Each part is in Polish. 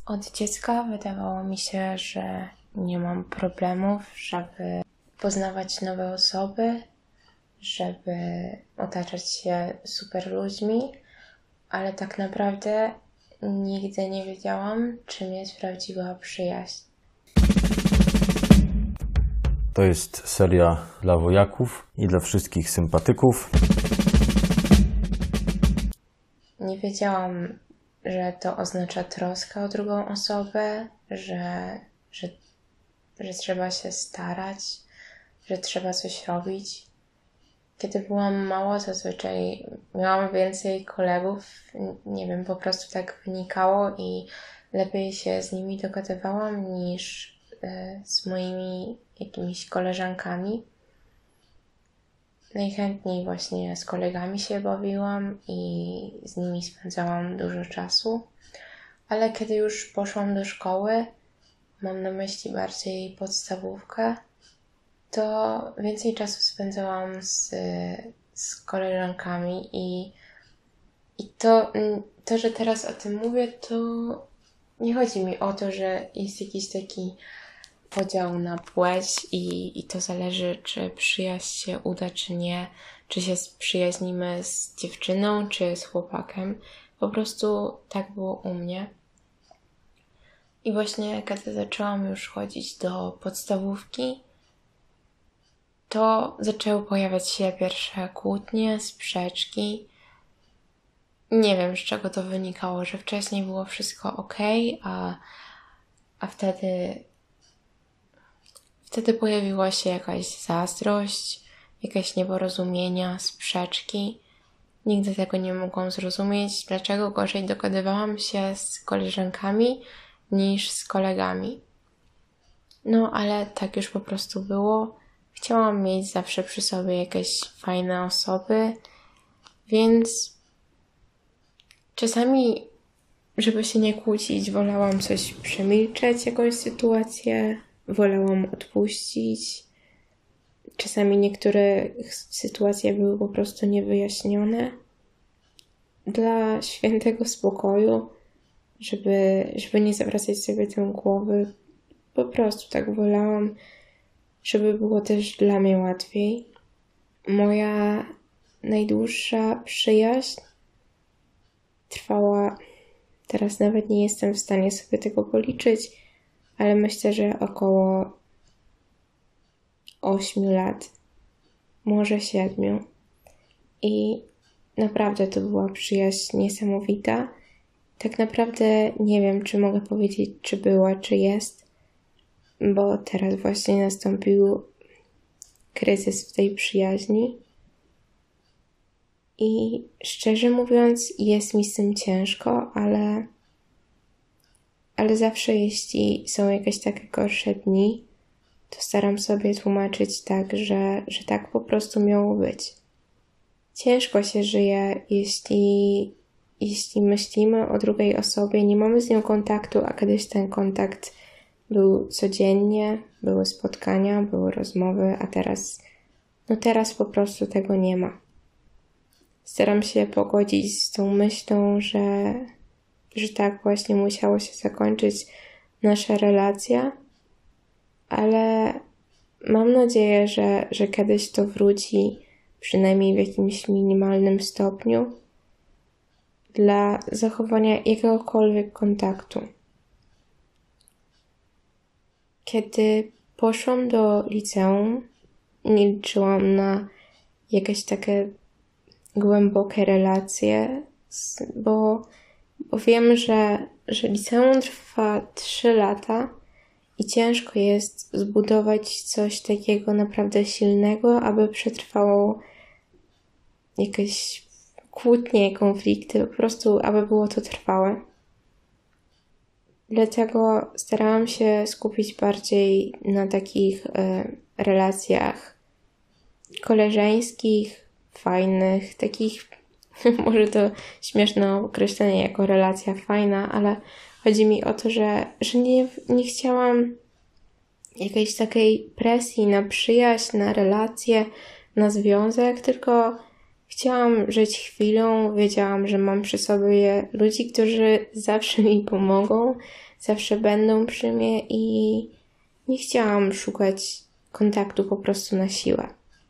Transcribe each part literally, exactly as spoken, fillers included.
Od dziecka wydawało mi się, że nie mam problemów, żeby poznawać nowe osoby, żeby otaczać się super ludźmi, ale tak naprawdę nigdy nie wiedziałam, czym jest prawdziwa przyjaźń. To jest seria dla wojaków i dla wszystkich sympatyków. Nie wiedziałam, że to oznacza troskę o drugą osobę, że, że, że trzeba się starać, że trzeba coś robić. Kiedy byłam mała, zazwyczaj miałam więcej kolegów, nie wiem, po prostu tak wynikało i lepiej się z nimi dogadywałam niż z moimi jakimiś koleżankami. Najchętniej właśnie z kolegami się bawiłam i z nimi spędzałam dużo czasu. Ale kiedy już poszłam do szkoły, mam na myśli bardziej podstawówkę, to więcej czasu spędzałam z, z koleżankami i, i to, to, że teraz o tym mówię, to nie chodzi mi o to, że jest jakiś taki podział na płeć i, i to zależy, czy przyjaźń się uda, czy nie, czy się przyjaźnimy z dziewczyną, czy z chłopakiem. Po prostu tak było u mnie. I właśnie kiedy zaczęłam już chodzić do podstawówki, to zaczęły pojawiać się pierwsze kłótnie, sprzeczki. Nie wiem, z czego to wynikało, że wcześniej było wszystko okej, a, a wtedy, wtedy pojawiła się jakaś zazdrość, jakieś nieporozumienia, sprzeczki. Nigdy tego nie mogłam zrozumieć, dlaczego gorzej dogadywałam się z koleżankami niż z kolegami. No, ale tak już po prostu było. Chciałam mieć zawsze przy sobie jakieś fajne osoby, więc czasami, żeby się nie kłócić, wolałam coś przemilczeć, jakąś sytuację, wolałam odpuścić. Czasami niektóre sytuacje były po prostu niewyjaśnione. Dla świętego spokoju, żeby, żeby nie zawracać sobie tym głowy, po prostu tak wolałam, żeby było też dla mnie łatwiej. Moja najdłuższa przyjaźń trwała, teraz nawet nie jestem w stanie sobie tego policzyć, ale myślę, że około ośmiu lat, może siedmiu. I naprawdę to była przyjaźń niesamowita. Tak naprawdę nie wiem, czy mogę powiedzieć, czy była, czy jest, bo teraz właśnie nastąpił kryzys w tej przyjaźni. I szczerze mówiąc, jest mi z tym ciężko, ale, ale zawsze jeśli są jakieś takie gorsze dni, to staram sobie tłumaczyć tak, że, że tak po prostu miało być. Ciężko się żyje, jeśli, jeśli myślimy o drugiej osobie, nie mamy z nią kontaktu, a kiedyś ten kontakt był codziennie, były spotkania, były rozmowy, a teraz, no teraz po prostu tego nie ma. Staram się pogodzić z tą myślą, że, że tak właśnie musiało się zakończyć nasza relacja, ale mam nadzieję, że, że kiedyś to wróci, przynajmniej w jakimś minimalnym stopniu, dla zachowania jakiegokolwiek kontaktu. Kiedy poszłam do liceum, nie liczyłam na jakieś takie głębokie relacje, bo, bo wiem, że, że liceum trwa trzy lata i ciężko jest zbudować coś takiego naprawdę silnego, aby przetrwało jakieś kłótnie, konflikty, po prostu aby było to trwałe. Dlatego starałam się skupić bardziej na takich y, relacjach koleżeńskich, fajnych, takich, może to śmieszne określenie jako relacja fajna, ale chodzi mi o to, że, że nie, nie chciałam jakiejś takiej presji na przyjaźń, na relacje, na związek, tylko Chciałam żyć chwilą, wiedziałam, że mam przy sobie ludzi, którzy zawsze mi pomogą, zawsze będą przy mnie i nie chciałam szukać kontaktu po prostu na siłę.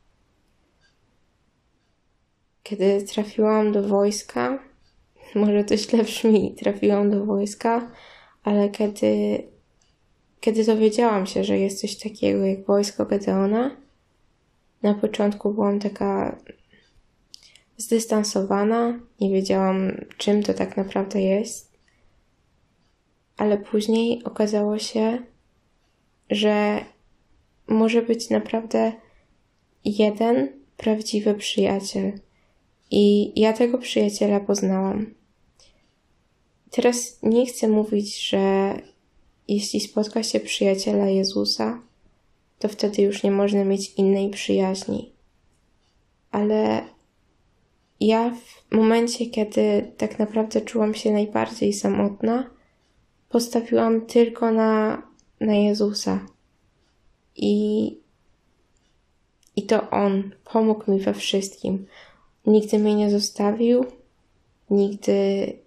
Kiedy trafiłam do wojska, może to źle brzmi, trafiłam do wojska, ale kiedy, kiedy dowiedziałam się, że jest coś takiego jak wojsko Gedeona, na początku byłam taka zdystansowana, nie wiedziałam, czym to tak naprawdę jest, ale później okazało się, że może być naprawdę jeden prawdziwy przyjaciel. I ja tego przyjaciela poznałam. Teraz nie chcę mówić, że jeśli spotka się przyjaciela Jezusa, to wtedy już nie można mieć innej przyjaźni. Ale ja w momencie, kiedy tak naprawdę czułam się najbardziej samotna, postawiłam tylko na, na Jezusa. I, I to On pomógł mi we wszystkim. Nigdy mnie nie zostawił, nigdy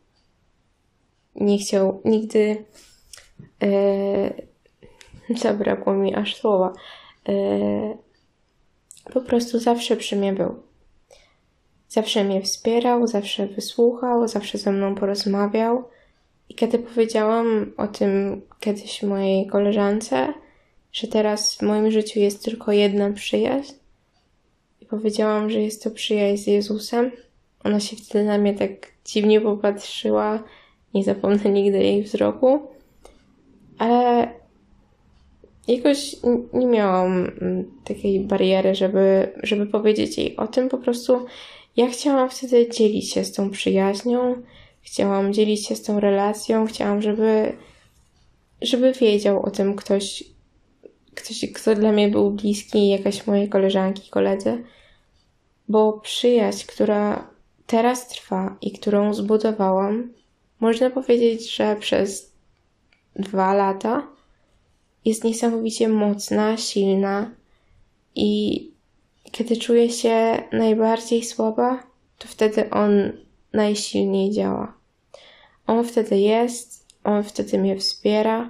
nie chciał, nigdy yy, zabrakło mi aż słowa. Yy, po prostu zawsze przy mnie był. Zawsze mnie wspierał, zawsze wysłuchał, zawsze ze mną porozmawiał. I kiedy powiedziałam o tym kiedyś mojej koleżance, że teraz w moim życiu jest tylko jedna przyjaźń, i powiedziałam, że jest to przyjaźń z Jezusem, ona się wtedy na mnie tak dziwnie popatrzyła, nie zapomnę nigdy jej wzroku, ale jakoś nie miałam takiej bariery, żeby, żeby powiedzieć jej o tym. Po prostu ja chciałam wtedy dzielić się z tą przyjaźnią, chciałam dzielić się z tą relacją, chciałam, żeby, żeby wiedział o tym ktoś, ktoś, kto dla mnie był bliski, jakaś moje koleżanki, koledzy. Bo przyjaźń, która teraz trwa i którą zbudowałam, można powiedzieć, że przez dwa lata jest niesamowicie mocna, silna i kiedy czuję się najbardziej słaba, to wtedy On najsilniej działa. On wtedy jest, On wtedy mnie wspiera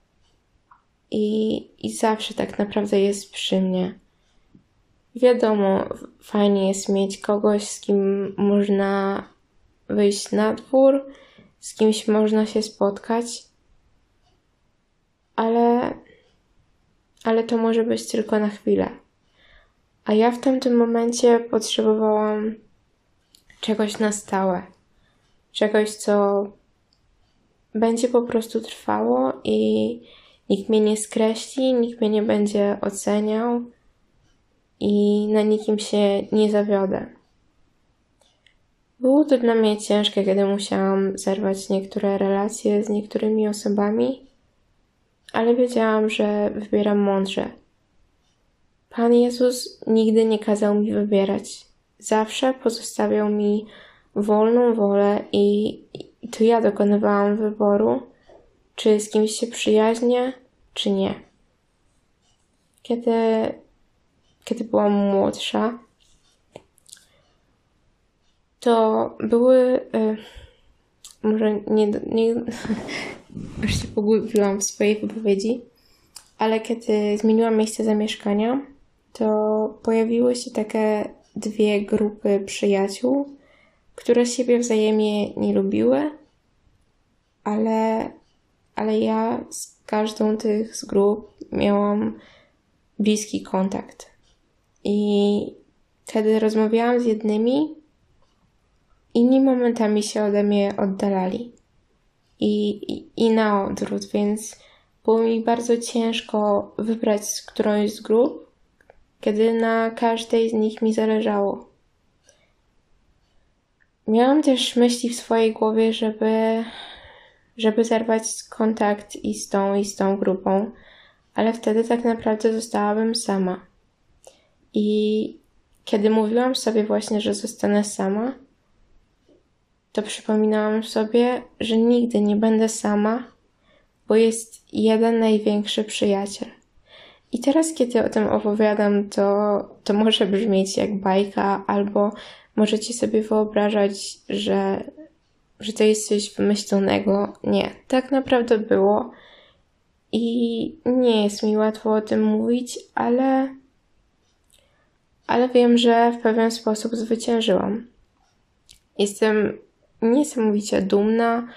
i, i zawsze tak naprawdę jest przy mnie. Wiadomo, fajnie jest mieć kogoś, z kim można wyjść na dwór, z kimś można się spotkać, ale, ale to może być tylko na chwilę. A ja w tamtym momencie potrzebowałam czegoś na stałe. Czegoś, co będzie po prostu trwało i nikt mnie nie skreśli, nikt mnie nie będzie oceniał i na nikim się nie zawiodę. Było to dla mnie ciężkie, kiedy musiałam zerwać niektóre relacje z niektórymi osobami, ale wiedziałam, że wybieram mądrze. Pan Jezus nigdy nie kazał mi wybierać. Zawsze pozostawiał mi wolną wolę i, i to ja dokonywałam wyboru, czy z kimś się przyjaźnię, czy nie. Kiedy, kiedy byłam młodsza, to były... Y, może nie... nie już się pogubiłam w swojej wypowiedzi, ale kiedy zmieniłam miejsce zamieszkania, to pojawiły się takie dwie grupy przyjaciół, które siebie wzajemnie nie lubiły, ale, ale ja z każdą tych z grup miałam bliski kontakt. I kiedy rozmawiałam z jednymi, inni momentami się ode mnie oddalali. I, i, i na odwrót, więc było mi bardzo ciężko wybrać którąś z grup, kiedy na każdej z nich mi zależało. Miałam też myśli w swojej głowie, żeby, żeby zerwać kontakt i z tą, i z tą grupą, ale wtedy tak naprawdę zostałabym sama. I kiedy mówiłam sobie właśnie, że zostanę sama, to przypominałam sobie, że nigdy nie będę sama, bo jest jeden największy przyjaciel. I teraz, kiedy o tym opowiadam, to, to może brzmieć jak bajka, albo możecie sobie wyobrażać, że, że to jest coś wymyślonego. Nie, tak naprawdę było i nie jest mi łatwo o tym mówić, ale, ale wiem, że w pewien sposób zwyciężyłam. Jestem niesamowicie dumna,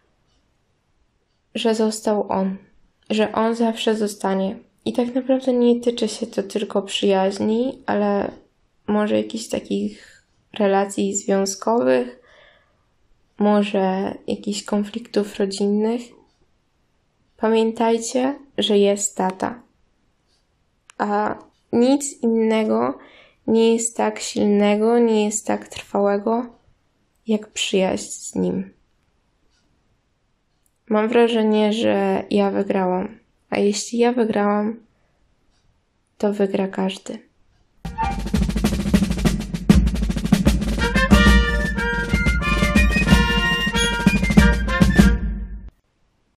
że został on, że on zawsze zostanie. I tak naprawdę nie tyczy się to tylko przyjaźni, ale może jakichś takich relacji związkowych, może jakichś konfliktów rodzinnych. Pamiętajcie, że jest tata. A nic innego nie jest tak silnego, nie jest tak trwałego, jak przyjaźń z nim. Mam wrażenie, że ja wygrałam. A jeśli ja wygrałam, to wygra każdy.